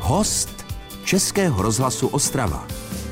Host Českého rozhlasu Ostrava.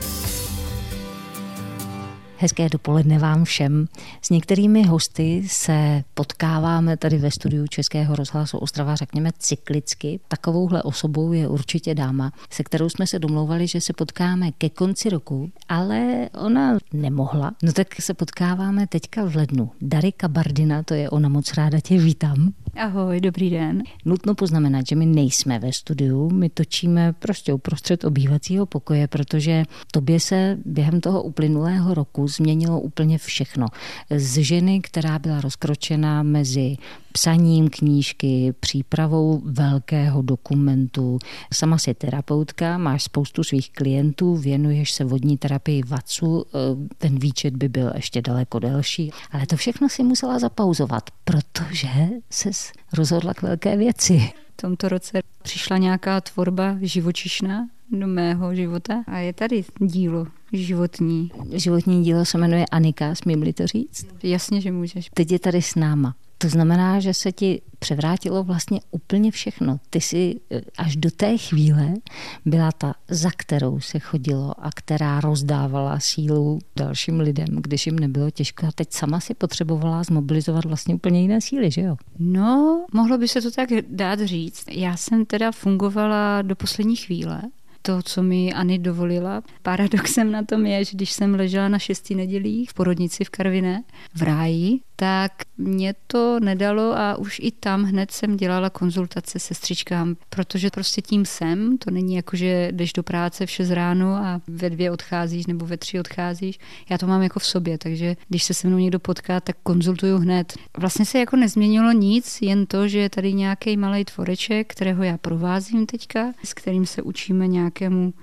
Hezké dopoledne vám všem. S některými hosty se potkáváme tady ve studiu Českého rozhlasu Ostrava, řekněme cyklicky. Takovouhle osobou je určitě dáma, se kterou jsme se domlouvali, že se potkáme ke konci roku, ale ona nemohla. No tak se potkáváme teďka v lednu. Darika Bardina, to je ona, moc ráda tě vítám. Ahoj, dobrý den. Nutno poznamenat, že my nejsme ve studiu, my točíme prostě uprostřed obývacího pokoje, protože tobě se během toho uplynulého roku změnilo úplně všechno. Z ženy, která byla rozkročena mezi psaním knížky, přípravou velkého dokumentu. Sama jsi terapeutka, máš spoustu svých klientů, věnuješ se vodní terapii VACu, ten výčet by byl ještě daleko delší, ale to všechno si musela zapauzovat, protože ses rozhodla k velké věci. V tomto roce přišla nějaká tvorba živočišná do mého života a je tady dílo životní. Životní dílo se jmenuje Anika, smím-li to říct? Jasně, že můžeš. Teď je tady s náma. To znamená, že se ti převrátilo vlastně úplně všechno. Ty jsi až do té chvíle byla ta, za kterou se chodilo a která rozdávala sílu dalším lidem, když jim nebylo těžko. A teď sama si potřebovala zmobilizovat vlastně úplně jiné síly, že jo? No, mohlo by se to tak dát říct. Já jsem teda fungovala do poslední chvíle. To, co mi Ani dovolila. Paradoxem na tom je, že když jsem ležela na 6 nedělích v porodnici v Karviné, v Ráji, tak mě to nedalo a už i tam hned jsem dělala konzultace sestřičkám, protože prostě tím jsem, to není jako, že jdeš do práce v 6 ráno a ve 2 odcházíš nebo ve 3 odcházíš. Já to mám jako v sobě, takže když se mnou někdo potká, tak konzultuju hned. Vlastně se jako nezměnilo nic, jen to, že je tady nějaký malej tvoreček, kterého já provázím teďka, s kterým se učíme nějakému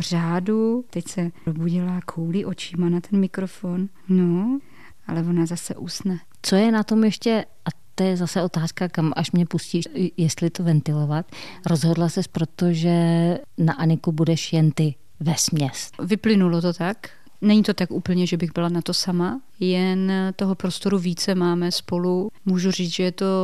řádu. Teď se probudila koulí očima na ten mikrofon. No, ale ona zase usne. Co je na tom ještě, a to je zase otázka, kam až mě pustíš, jestli to ventilovat, rozhodla ses, protože na Aniku budeš jen ty vesměs. Vyplynulo to tak. Není to tak úplně, že bych byla na to sama, jen toho prostoru více máme spolu. Můžu říct, že je to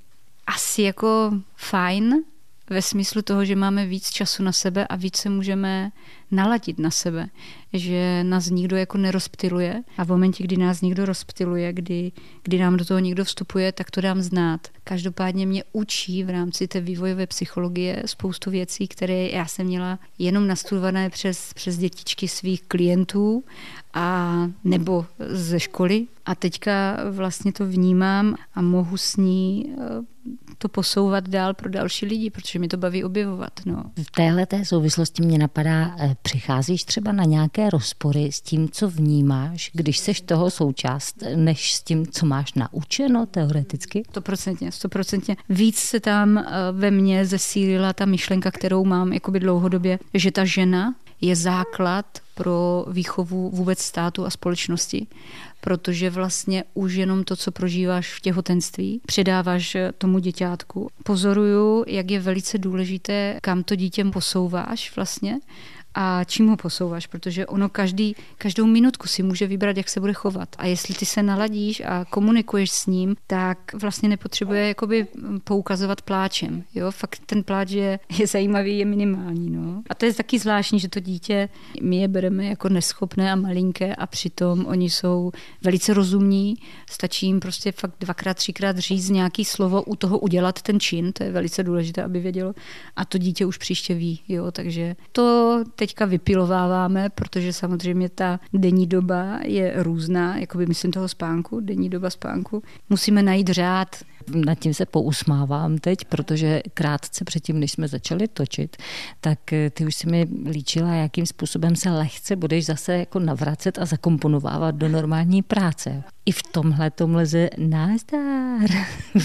asi jako fajn, ve smyslu toho, že máme víc času na sebe a víc se můžeme naladit na sebe, že nás nikdo jako nerozptyluje a v momentě, kdy nás někdo rozptyluje, kdy nám do toho někdo vstupuje, tak to dám znát. Každopádně mě učí v rámci té vývojové psychologie spoustu věcí, které já jsem měla jenom nastudované přes dětičky svých klientů a nebo ze školy a teďka vlastně to vnímám a mohu s ní to posouvat dál pro další lidi, protože mi to baví objevovat. No. V téhleté souvislosti mě napadá, přicházíš třeba na nějaké rozpory s tím, co vnímáš, když seš toho součást, než s tím, co máš naučeno teoreticky? 100%. Víc se tam ve mně zesílila ta myšlenka, kterou mám jakoby dlouhodobě, že ta žena je základ pro výchovu vůbec státu a společnosti, protože vlastně už jenom to, co prožíváš v těhotenství, předáváš tomu děťátku. Pozoruju, jak je velice důležité, kam to dítě posouváš vlastně a čím ho posouváš, protože ono každou minutku si může vybrat, jak se bude chovat. A jestli ty se naladíš a komunikuješ s ním, tak vlastně nepotřebuje jakoby poukazovat pláčem. Jo? Fakt ten pláč je zajímavý, je minimální. No? A to je taky zvláštní, že to dítě, my je bereme jako neschopné a malinké a přitom oni jsou velice rozumní, stačí jim prostě fakt 2x, 3x říct nějaký slovo, u toho udělat ten čin, to je velice důležité, aby vědělo. A to dítě už příště ví. Jo? Takže to teďka vypilováváme, protože samozřejmě ta denní doba je různá, jakoby myslím toho spánku, denní doba spánku. Musíme najít řád. Nad tím se pousmávám teď, protože krátce předtím, než jsme začali točit, tak ty už si mi líčila, jakým způsobem se lehce budeš zase jako navracet a zakomponovávat do normální práce. I v tomhletom lze názdar.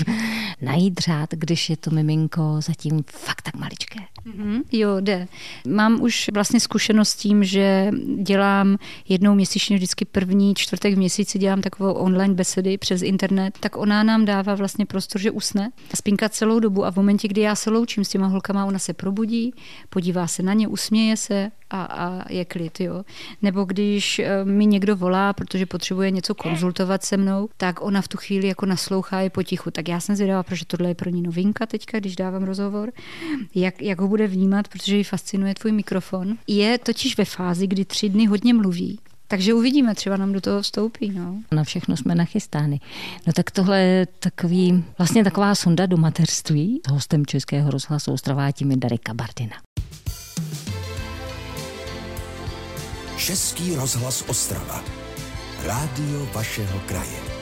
Najít řád, když je to miminko zatím fakt tak maličké. Jo, jde. Mám už vlastně zkušenost s tím, že dělám jednou měsíčně, vždycky první čtvrtek v měsíci dělám takovou online besedy přes internet, tak ona nám dává vlastně vlastně prostor, že usne a spinká celou dobu a v momentě, kdy já se loučím s těma holkama, ona se probudí, podívá se na ně, usměje se a je klid, jo. Nebo když mi někdo volá, protože potřebuje něco konzultovat se mnou, tak ona v tu chvíli jako naslouchá je potichu. Tak já jsem zvědavá, protože tohle je pro ní novinka teďka, když dávám rozhovor, jak ho bude vnímat, protože ji fascinuje tvůj mikrofon. Je totiž ve fázi, kdy 3 dny hodně mluví. Takže uvidíme, třeba nám do toho vstoupí. No. Na všechno jsme nachystány. No tak tohle je vlastně taková sonda do mateřství. Hostem Českého rozhlasu Ostrava tím je Darika Bardina. Český rozhlas Ostrava. Rádio vašeho kraje.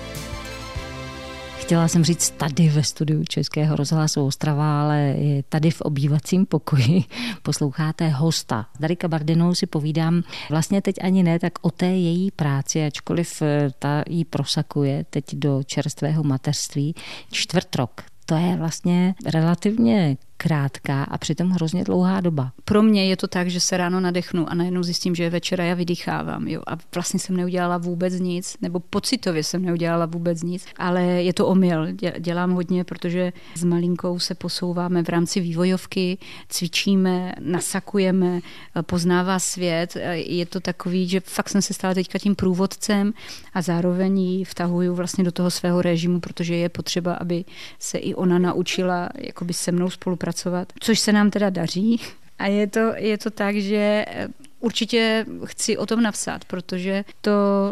Chtěla jsem říct tady ve studiu Českého rozhlasu Ostrava, ale je tady v obývacím pokoji. Posloucháte hosta. S Darika Bardinou si povídám vlastně teď ani ne tak o té její práci, ačkoliv ta jí prosakuje teď do čerstvého mateřství 4 rok. To je vlastně relativně krátká a přitom hrozně dlouhá doba. Pro mě je to tak, že se ráno nadechnu a najednou zjistím, že je večer a já vydýchávám. Jo? A vlastně jsem neudělala vůbec nic, nebo pocitově jsem neudělala vůbec nic, ale je to omyl. Dělám hodně, protože s malinkou se posouváme v rámci vývojovky, cvičíme, nasakujeme, poznává svět. Je to takový, že fakt jsem se stala teďka tím průvodcem a zároveň ji vtahuju vlastně do toho svého režimu, protože je potřeba, aby se i ona naučila jakoby se mnou spolupracovat, což se nám teda daří. A je to tak, že určitě chci o tom napsat, protože to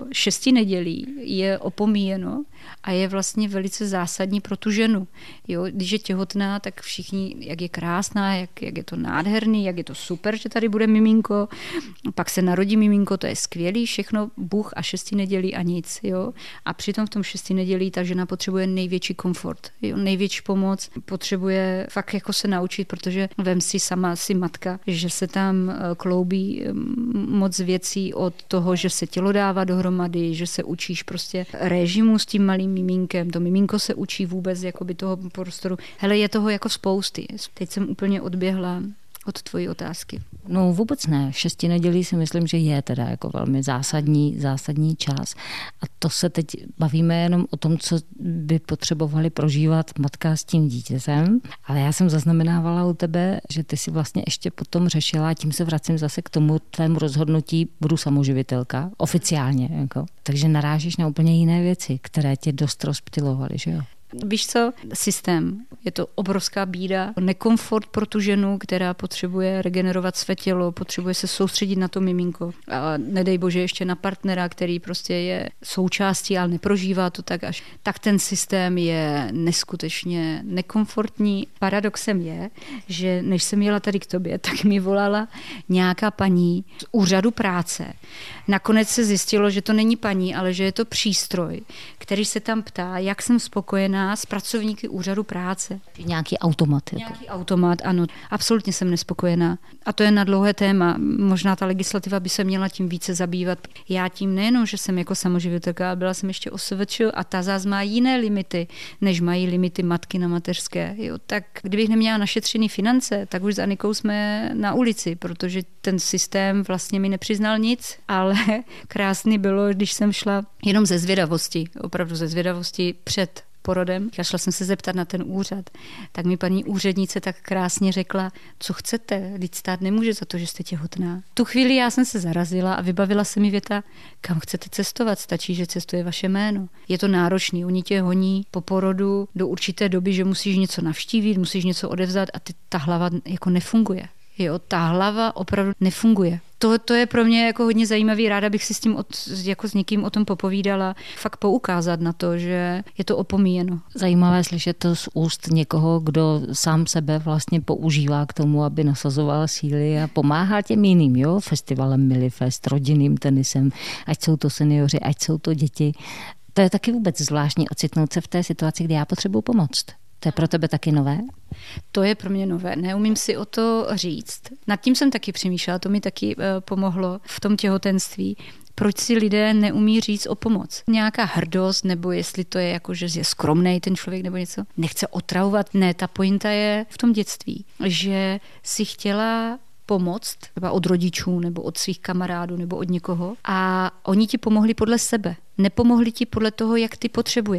6 nedělí je opomíjeno a je vlastně velice zásadní pro tu ženu. Jo, když je těhotná, tak všichni, jak je krásná, jak je to nádherný, jak je to super, že tady bude miminko, pak se narodí miminko, to je skvělý, všechno Bůh a 6 nedělí a nic. Jo? A přitom v tom 6 nedělí ta žena potřebuje největší komfort, jo? Největší pomoc, potřebuje fakt jako se naučit, protože vem si sama, si matka, že se tam kloubí moc věcí od toho, že se tělo dává dohromady, že se učíš prostě režimu s tím malým miminkem, to miminko se učí vůbec jakoby toho prostoru. Hele, je toho jako spousty. Teď jsem úplně odběhla od tvojí otázky. No vůbec ne. 6 nedělí si myslím, že je teda jako velmi zásadní čas. A to se teď bavíme jenom o tom, co by potřebovali prožívat matka s tím dítětem. Ale já jsem zaznamenávala u tebe, že ty si vlastně ještě potom řešila, a tím se vracím zase k tomu tvému rozhodnutí, budu samoživitelka, oficiálně. Jako. Takže narážíš na úplně jiné věci, které tě dost rozptylovaly, že jo? Víš co? Systém. Je to obrovská bída, nekomfort pro tu ženu, která potřebuje regenerovat své tělo, potřebuje se soustředit na to miminko. A nedej bože ještě na partnera, který prostě je součástí, ale neprožívá to tak až. Tak ten systém je neskutečně nekomfortní. Paradoxem je, že než jsem jela tady k tobě, tak mi volala nějaká paní z úřadu práce. Nakonec se zjistilo, že to není paní, ale že je to přístroj, který se tam ptá, jak jsem spokojená s pracovníky úřadu práce. Nějaký automat. Nějaký automat, ano. Absolutně jsem nespokojená. A to je na dlouhé téma. Možná ta legislativa by se měla tím více zabývat. Já tím nejenom, že jsem jako samoživitelka, ale byla jsem ještě OSVČ a ta zás má jiné limity, než mají limity matky na mateřské. Jo, tak kdybych neměla našetřený finance, tak už s Anikou jsme na ulici, protože ten systém vlastně mi nepřiznal nic, ale krásný bylo, když jsem šla jenom ze zvědavosti, opravdu ze zvědavosti před porodem. Já šla jsem se zeptat na ten úřad. Tak mi paní úřednice tak krásně řekla, co chcete, vždyť stát nemůže za to, že jste těhotná. Tu chvíli já jsem se zarazila a vybavila se mi věta, kam chcete cestovat, stačí, že cestuje vaše jméno. Je to náročný, oni tě honí po porodu do určité doby, že musíš něco navštívit, musíš něco odevzdat a ta hlava jako nefunguje. Jo, ta hlava opravdu nefunguje. To je pro mě jako hodně zajímavý, ráda bych si s tím jako s někým o tom popovídala, fakt poukázat na to, že je to opomíjeno. Zajímavé slyšet to z úst někoho, kdo sám sebe vlastně používá k tomu, aby nasazoval síly a pomáhá těm jiným, jo, festivalem Milifest, rodinným tenisem, ať jsou to seniori, ať jsou to děti. To je taky vůbec zvláštní ocitnout se v té situaci, kdy já potřebuji pomoct. To je pro tebe taky nové? To je pro mě nové. Neumím si o to říct. Nad tím jsem taky přemýšlela, to mi taky pomohlo v tom těhotenství. Proč si lidé neumí říct o pomoc? Nějaká hrdost, nebo jestli to je jako, že je skromnej ten člověk nebo něco. Nechce otravovat. Ne, ta pointa je v tom dětství, že si chtěla pomoct, třeba od rodičů, nebo od svých kamarádů, nebo od někoho. A oni ti pomohli podle sebe. Nepomohli ti podle toho, jak ty potřebuješ.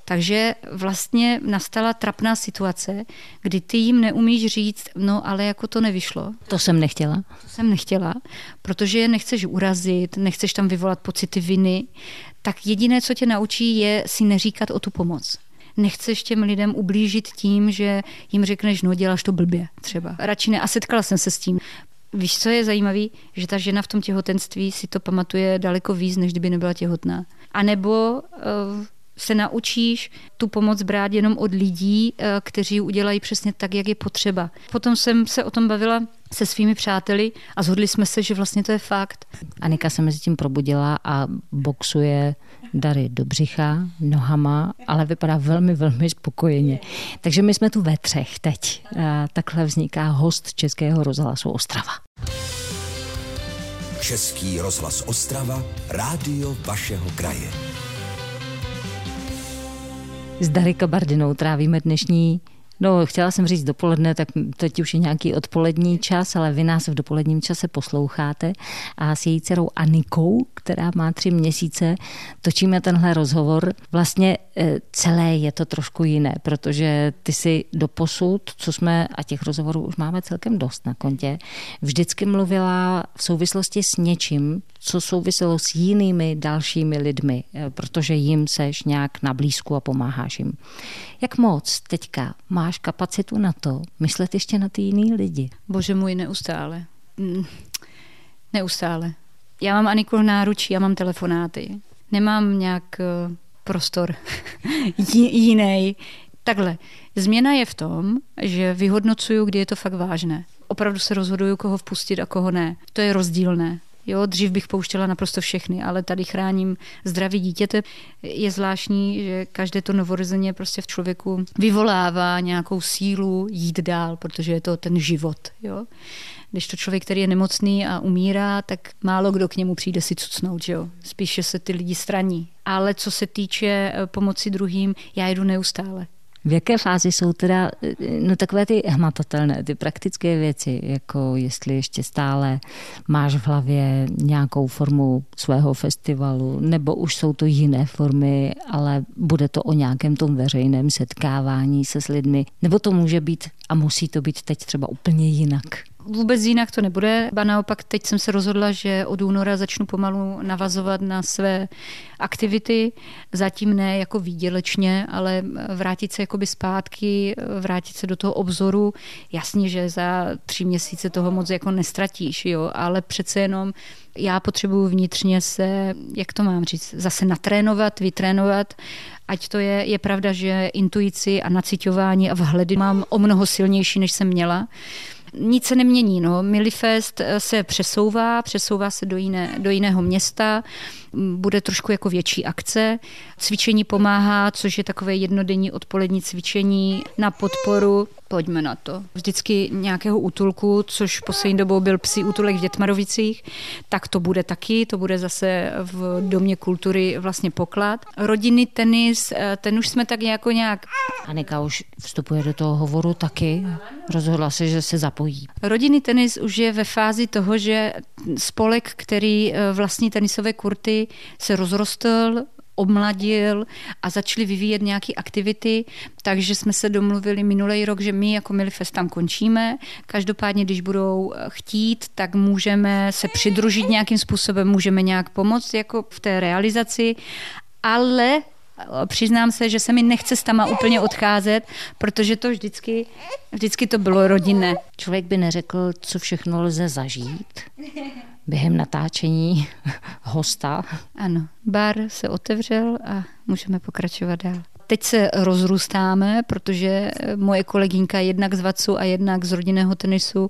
Takže vlastně nastala trapná situace, kdy ty jim neumíš říct, no ale jako to nevyšlo. To jsem nechtěla. To jsem nechtěla, protože je nechceš urazit, nechceš tam vyvolat pocity viny, tak jediné, co tě naučí, je si neříkat o tu pomoc. Nechceš těm lidem ublížit tím, že jim řekneš, no děláš to blbě třeba. Radši ne, a setkala jsem se s tím. Víš, co je zajímavé? Že ta žena v tom těhotenství si to pamatuje daleko víc, než kdyby nebyla těhotná. A nebo se naučíš tu pomoc brát jenom od lidí, kteří udělají přesně tak, jak je potřeba. Potom jsem se o tom bavila se svými přáteli a shodli jsme se, že vlastně to je fakt. Anika se mezi tím probudila a boxuje Dary do břicha, nohama, ale vypadá velmi, velmi spokojeně. Takže my jsme tu ve třech teď. Takhle vzniká host Českého rozhlasu Ostrava. Český rozhlas Ostrava, rádio vašeho kraje. S Dary Kabardinou trávíme dnešní, chtěla jsem říct dopoledne, tak teď už je nějaký odpolední čas, ale vy nás v dopoledním čase posloucháte a s její dcerou Anikou, která má 3 měsíce, točíme tenhle rozhovor. Vlastně celé je to trošku jiné, protože ty si doposud, a těch rozhovorů už máme celkem dost na kontě, vždycky mluvila v souvislosti s něčím, co souviselo s jinými dalšími lidmi, protože jim seš nějak na blízku a pomáháš jim. Jak moc teďka máš kapacitu na to myslet ještě na ty jiný lidi? Bože můj, neustále. Neustále. Já mám Aniku v náručí, já mám telefonáty. Nemám nějak prostor jiný. Takhle. Změna je v tom, že vyhodnocuju, kdy je to fakt vážné. Opravdu se rozhoduju, koho vpustit a koho ne. To je rozdílné. Jo, dřív bych pouštěla naprosto všechny, ale tady chráním zdraví dítěte. Je zvláštní, že každé to novorozeně prostě v člověku vyvolává nějakou sílu jít dál, protože je to ten život. Jo. Když to člověk, který je nemocný a umírá, tak málo kdo k němu přijde si cucnout. Jo. Spíše se ty lidi straní. Ale co se týče pomoci druhým, já jdu neustále. V jaké fázi jsou teda takové ty hmatatelné, ty praktické věci, jako jestli ještě stále máš v hlavě nějakou formu svého festivalu, nebo už jsou to jiné formy, ale bude to o nějakém tom veřejném setkávání se s lidmi, nebo to může být a musí to být teď třeba úplně jinak? Vůbec jinak to nebude, ba naopak teď jsem se rozhodla, že od února začnu pomalu navazovat na své aktivity, zatím ne jako výdělečně, ale vrátit se jakoby zpátky, vrátit se do toho obzoru. Jasně, že za 3 měsíce toho moc jako nestratíš, jo, ale přece jenom já potřebuji vnitřně se, jak to mám říct, zase natrénovat, vytrénovat, ať to je pravda, že intuici a naciťování a vhledy mám o mnoho silnější, než jsem měla. Nic se nemění. Milifest se přesouvá se do jiného města, bude trošku jako větší akce. Cvičení pomáhá, což je takové jednodenní odpolední cvičení na podporu. Pojďme na to. Vždycky nějakého útulku, což poslední dobou byl psí útulek v Dětmarovicích, tak to bude taky, to bude zase v Domě kultury vlastně poklad. Rodinný tenis, ten už jsme tak nějak... Anika už vstupuje do toho hovoru taky, rozhodla se, že se zapojí. Rodinný tenis už je ve fázi toho, že spolek, který vlastní tenisové kurty, se rozrostl, omladil a začali vyvíjet nějaké aktivity, takže jsme se domluvili minulý rok, že my jako Milifest tam končíme. Každopádně, když budou chtít, tak můžeme se přidružit nějakým způsobem, můžeme nějak pomoct jako v té realizaci, ale přiznám se, že se mi nechce s tama úplně odcházet, protože to vždycky to bylo rodinné. Člověk by neřekl, co všechno lze zažít během natáčení hosta. Ano, bar se otevřel a můžeme pokračovat dál. Teď se rozrůstáme, protože moje kolegynka jednak z VACu a jednak z rodinného tenisu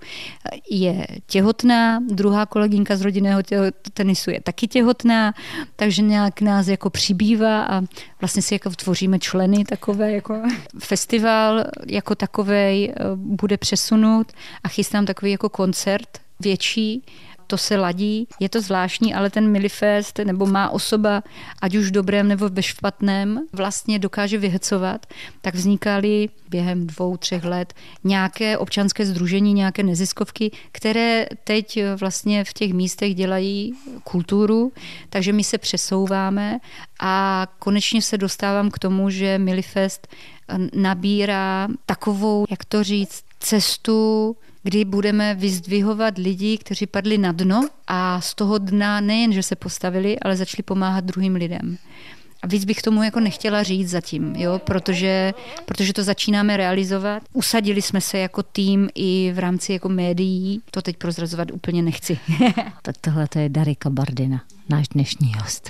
je těhotná, druhá kolegynka z rodinného tenisu je taky těhotná, takže nějak nás jako přibývá a vlastně si jako tvoříme členy takové jako festival jako takovej bude přesunut a chystám takový jako koncert větší To se ladí, je to zvláštní, ale ten Milifest nebo má osoba, ať už v dobrém nebo ve špatném, vlastně dokáže vyhecovat, tak vznikaly během 2-3 let nějaké občanské sdružení, nějaké neziskovky, které teď vlastně v těch místech dělají kulturu, takže my se přesouváme a konečně se dostávám k tomu, že Milifest nabírá takovou, jak to říct, cestu, kdy budeme vyzdvihovat lidi, kteří padli na dno a z toho dna nejen, že se postavili, ale začali pomáhat druhým lidem. A víc bych tomu jako nechtěla říct zatím, jo? Protože to začínáme realizovat. Usadili jsme se jako tým i v rámci jako médií. To teď prozrazovat úplně nechci. Tak tohle to je Darika Bardina, náš dnešní host.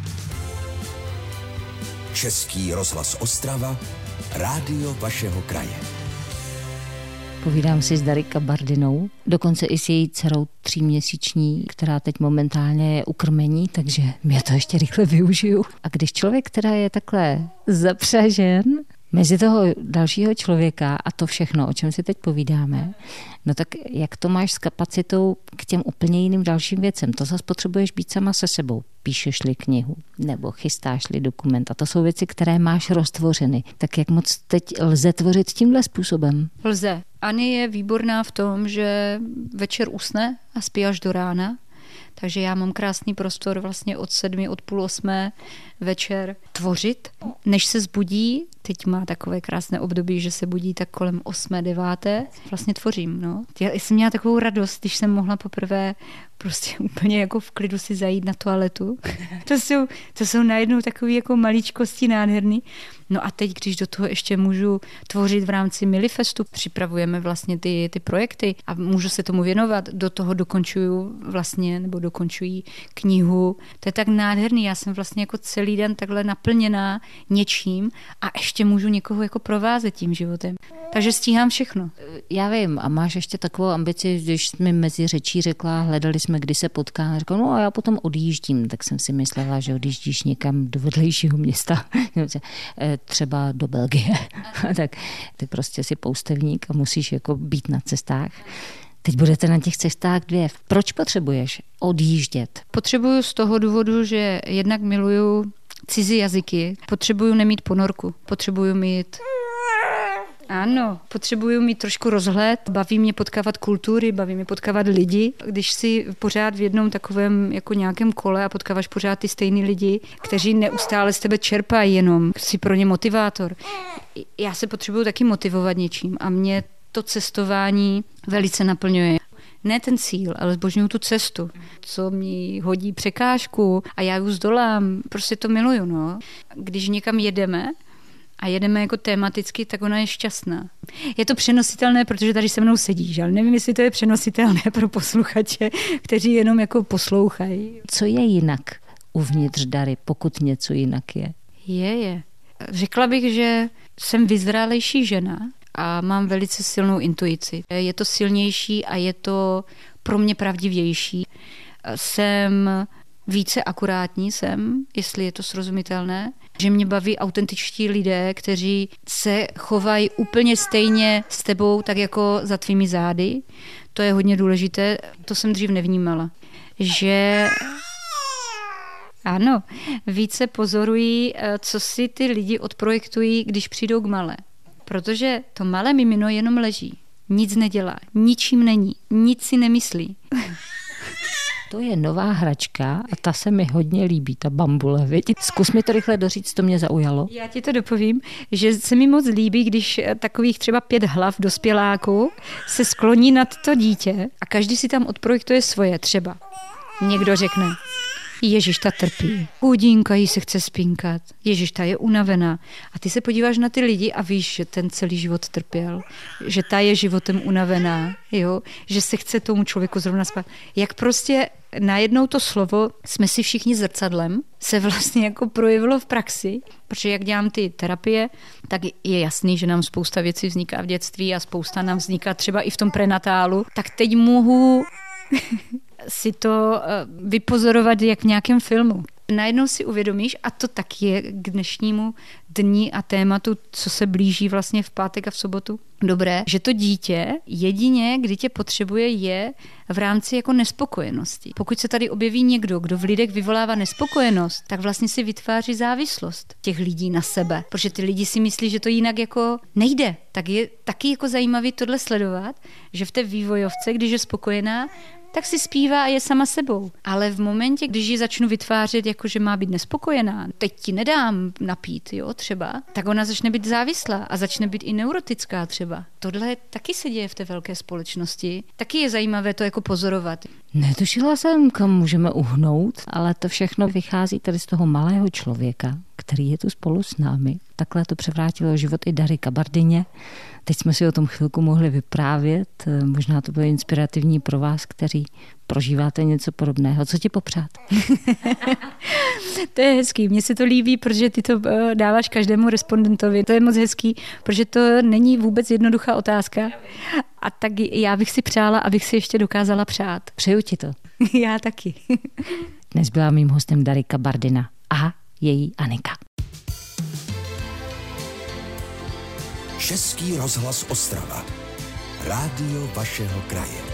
Český rozhlas Ostrava, rádio vašeho kraje. Povídám si s Darika Bardinou, dokonce i s její dcerou 3měsíční, která teď momentálně je u krmení, takže já to ještě rychle využiju. A když člověk, která je takhle zapřažen mezi toho dalšího člověka a to všechno, o čem si teď povídáme, no tak jak to máš s kapacitou k těm úplně jiným dalším věcem? To zase potřebuješ být sama se sebou. Píšeš-li knihu nebo chystáš-li dokument a to jsou věci, které máš roztvořeny. Tak jak moc teď lze tvořit tímhle způsobem? Lze. Ani je výborná v tom, že večer usne a spí až do rána. Takže já mám krásný prostor vlastně od 7, od 7:30 večer tvořit. Než se zbudí, teď má takové krásné období, že se budí tak kolem 8, 9, vlastně tvořím. No. Já jsem měla takovou radost, když jsem mohla poprvé prostě úplně jako v klidu si zajít na toaletu. To jsou najednou takové jako maličkosti nádherný. No a teď, když do toho ještě můžu tvořit v rámci Milifestu, připravujeme vlastně ty projekty a můžu se tomu věnovat, do toho dokončují knihu. To je tak nádherný, já jsem vlastně jako celý den takhle naplněná něčím a ještě můžu někoho jako provázet tím životem. Takže stíhám všechno. Já vím, a máš ještě takovou ambici, když jsi mi mezi řečí řekla, hledali jsme, kdy se potkáme, řekla, no a já potom odjíždím, tak jsem si myslela, že odjíždíš někam do vedlejšího města, třeba do Belgie. Tak ty prostě jsi poustevník a musíš jako být na cestách. Teď budete na těch cestách 2. Proč potřebuješ odjíždět? Potřebuju z toho důvodu, že jednak miluju cizí jazyky, potřebuju nemít ponorku, potřebuju mít trošku rozhled, baví mě potkávat kultury, baví mě potkávat lidi. Když si pořád v jednom takovém jako nějakém kole a potkáváš pořád ty stejný lidi, kteří neustále z tebe čerpají jenom, jsi pro ně motivátor. Já se potřebuju taky motivovat něčím a mě to cestování velice naplňuje. Ne ten cíl, ale zbožňuju tu cestu, co mi hodí překážku a já ji zdolám. Prostě to miluju, no. Když někam jedeme a jedeme jako tematicky, tak ona je šťastná. Je to přenositelné, protože tady se mnou sedíš, ale nevím, jestli to je přenositelné pro posluchače, kteří jenom jako poslouchají. Co je jinak uvnitř Dary, pokud něco jinak je? Je. Řekla bych, že jsem vyzrálejší žena a mám velice silnou intuici. Je to silnější a je to pro mě pravdivější. Jsem více akurátní, jestli je to srozumitelné, že mě baví autentičtí lidé, kteří se chovají úplně stejně s tebou, tak jako za tvými zády. To je hodně důležité, to jsem dřív nevnímala. Že ano, více pozorují, co si ty lidi odprojektují, když přijdou k malé. Protože to malé mimino jenom leží, nic nedělá, ničím není, nic si nemyslí. To je nová hračka a ta se mi hodně líbí, ta bambule, viď? Zkus mi to rychle doříct, to mě zaujalo. Já ti to dopovím, že se mi moc líbí, když takových třeba 5 hlav dospěláků se skloní nad to dítě a každý si tam odprojektuje svoje třeba. Někdo řekne, Ježiš, ta trpí. Chudinka, jí se chce spinkat. Ježiš, ta je unavená. A ty se podíváš na ty lidi a víš, že ten celý život trpěl. Že ta je životem unavená. Jo? Že se chce tomu člověku zrovna spát. Jak prostě najednou to slovo jsme si všichni zrcadlem se vlastně jako projevilo v praxi. Protože jak dělám ty terapie, tak je jasný, že nám spousta věcí vzniká v dětství a spousta nám vzniká třeba i v tom prenatálu. Tak teď mohu si to vypozorovat jak v nějakém filmu. najednou si uvědomíš, a to taky je k dnešnímu dni a tématu, co se blíží vlastně v pátek a v sobotu, dobré, že to dítě jedině, kdy tě potřebuje, je v rámci jako nespokojenosti. Pokud se tady objeví někdo, kdo v lidech vyvolává nespokojenost, tak vlastně si vytváří závislost těch lidí na sebe, protože ty lidi si myslí, že to jinak jako nejde. Tak je taky jako zajímavý tohle sledovat, že v té vývojovce, když je spokojená, tak si zpívá a je sama sebou. Ale v momentě, když ji začnu vytvářet, jako že má být nespokojená, teď ti nedám napít, jo, třeba, tak ona začne být závislá a začne být i neurotická třeba. Tohle taky se děje v té velké společnosti. Taky je zajímavé to jako pozorovat. Netušila jsem, kam můžeme uhnout, ale to všechno vychází tady z toho malého člověka, který je tu spolu s námi. Takhle to převrátilo život i Dary Kabardině. Teď jsme si o tom chvilku mohli vyprávět. Možná to bylo inspirativní pro vás, kteří prožíváte něco podobného. Co ti popřát? To je hezký, mně se to líbí, protože ty to dáváš každému respondentovi. To je moc hezký, protože to není vůbec jednoduchá otázka. A tak já bych si přála, abych si ještě dokázala přát. Přeju ti to. Já taky. Dnes byla mým hostem Dary Kabardina a její Anika. Český rozhlas Ostrava. Rádio vašeho kraje.